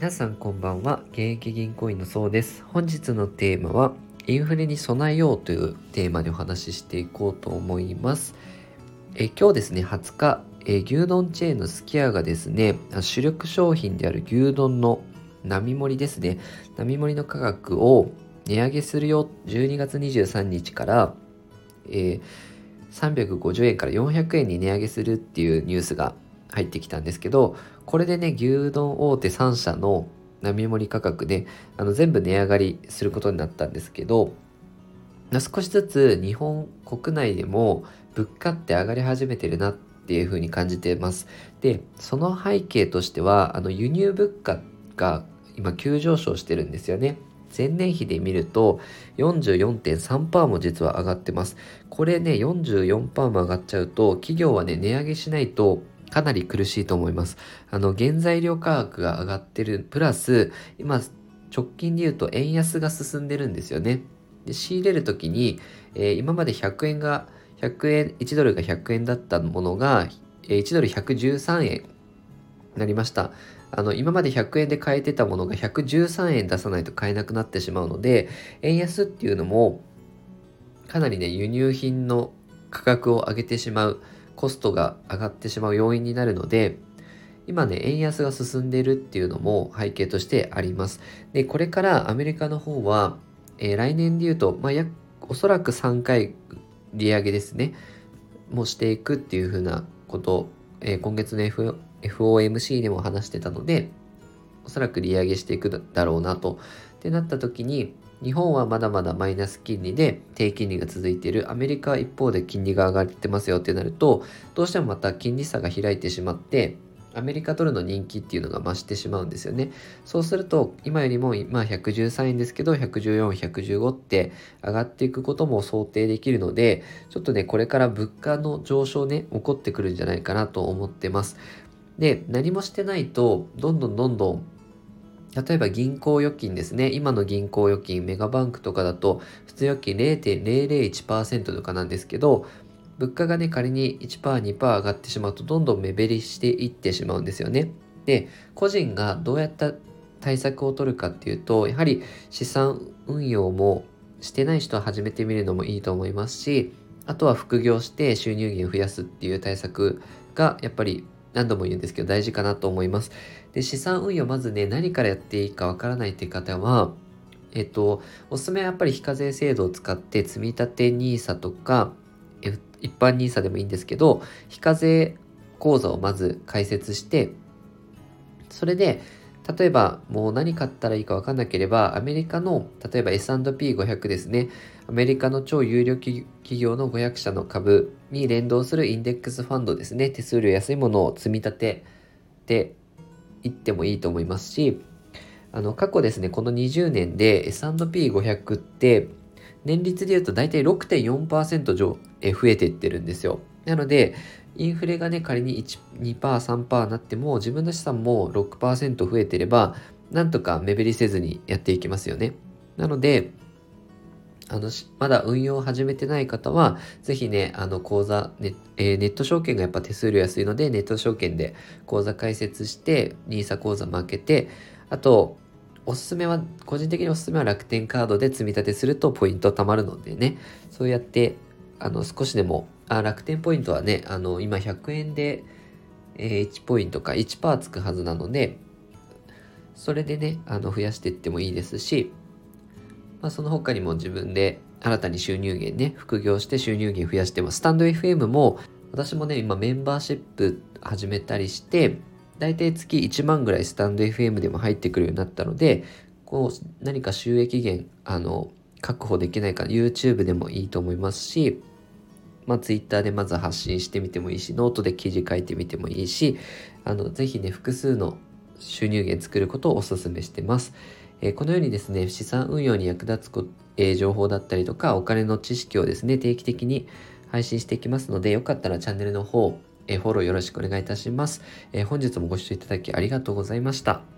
皆さんこんばんは。現役銀行員のそうです。本日のテーマはインフレに備えようというテーマでお話ししていこうと思います。今日ですね、20日、牛丼チェーンのすき家がですね、主力商品である牛丼の並盛りですね、並盛りの価格を値上げするよ、12月23日から、350円から400円に値上げするっていうニュースが入ってきたんですけど、これでね、牛丼大手3社の並盛り価格で全部値上がりすることになったんですけど、少しずつ日本国内でも物価って上がり始めてるなっていう風に感じてます。で、その背景としては、輸入物価が今急上昇してるんですよね。前年比で見ると 44.3% も実は上がってます。これね、44%も上がっちゃうと、企業はね、値上げしないとかなり苦しいと思います。原材料価格が上がってる、プラス、今、直近で言うと円安が進んでるんですよね。で、仕入れるときに、今まで100円、1ドルが100円だったものが、1ドル113円になりました。今まで100円で買えてたものが113円出さないと買えなくなってしまうので、円安っていうのも、かなりね、輸入品の価格を上げてしまう、コストが上がってしまう要因になるので、今ね、円安が進んでいるっていうのも背景としてあります。で、これからアメリカの方は、来年で言うと、おそらく3回利上げですね、もしていくっていうふうなことを、今月の、FOMC でも話してたので、おそらく利上げしていくだろうなと。ってなった時に、日本はまだまだマイナス金利で低金利が続いている。アメリカは一方で金利が上がってますよってなると、どうしてもまた金利差が開いてしまって、アメリカドルの人気っていうのが増してしまうんですよね。そうすると、今よりも、113円ですけど、114、115って上がっていくことも想定できるので、ちょっとね、これから物価の上昇ね、起こってくるんじゃないかなと思ってます。で、何もしてないと、どんどん例えば銀行預金ですね。今の銀行預金、メガバンクとかだと、普通預金0.001% とかなんですけど、物価がね、仮に 1%、2%上がってしまうと、どんどん目減りしていってしまうんですよね。で、個人がどうやった対策を取るかっていうと、やはり資産運用もしてない人は始めてみるのもいいと思いますし、あとは副業して収入源を増やすっていう対策が、やっぱり何度も言うんですけど大事かなと思います。で、資産運用まずね、何からやっていいかわからないっていう方は、おすすめはやっぱり非課税制度を使って積立 NISA とか、一般 NISA でもいいんですけど、非課税口座をまず開設して、それで、例えばもう何買ったらいいか分かんなければ、アメリカの、例えば S&P500 ですね。アメリカの超有料企業の500社の株に連動するインデックスファンドですね。手数料安いものを積み立てていってもいいと思いますし、過去ですね、この20年で S&P500 って、年率で言うと大体 6.4% 増えていってるんですよ。なので、インフレがね、仮に1、2%、3%になっても、自分の資産も 6% 増えてれば、なんとか目減りせずにやっていきますよね。なので、まだ運用を始めてない方は、ぜひね、口座、ネット証券がやっぱ手数料安いので、ネット証券で口座開設して、NISA 口座も開けて、あと、個人的におすすめは楽天カードで積み立てするとポイント貯まるのでね、そうやって、少しでも、楽天ポイントはね、今100円で、1ポイントか1%つくはずなので、それでね、増やしていってもいいですし、その他にも自分で新たに収入源ね、副業して収入源増やしてます。スタンド FM も、私もね、今メンバーシップ始めたりして、だいたい月1万ぐらいスタンド FM でも入ってくるようになったので、何か収益源、確保できないか、YouTube でもいいと思いますし、Twitter でまず発信してみてもいいし、ノートで記事書いてみてもいいし、ぜひね、複数の収入源作ることをお勧めしてます。このようにですね、資産運用に役立つ情報だったりとか、お金の知識をですね、定期的に配信していきますので、よかったらチャンネルの方、フォローよろしくお願いいたします。本日もご視聴いただきありがとうございました。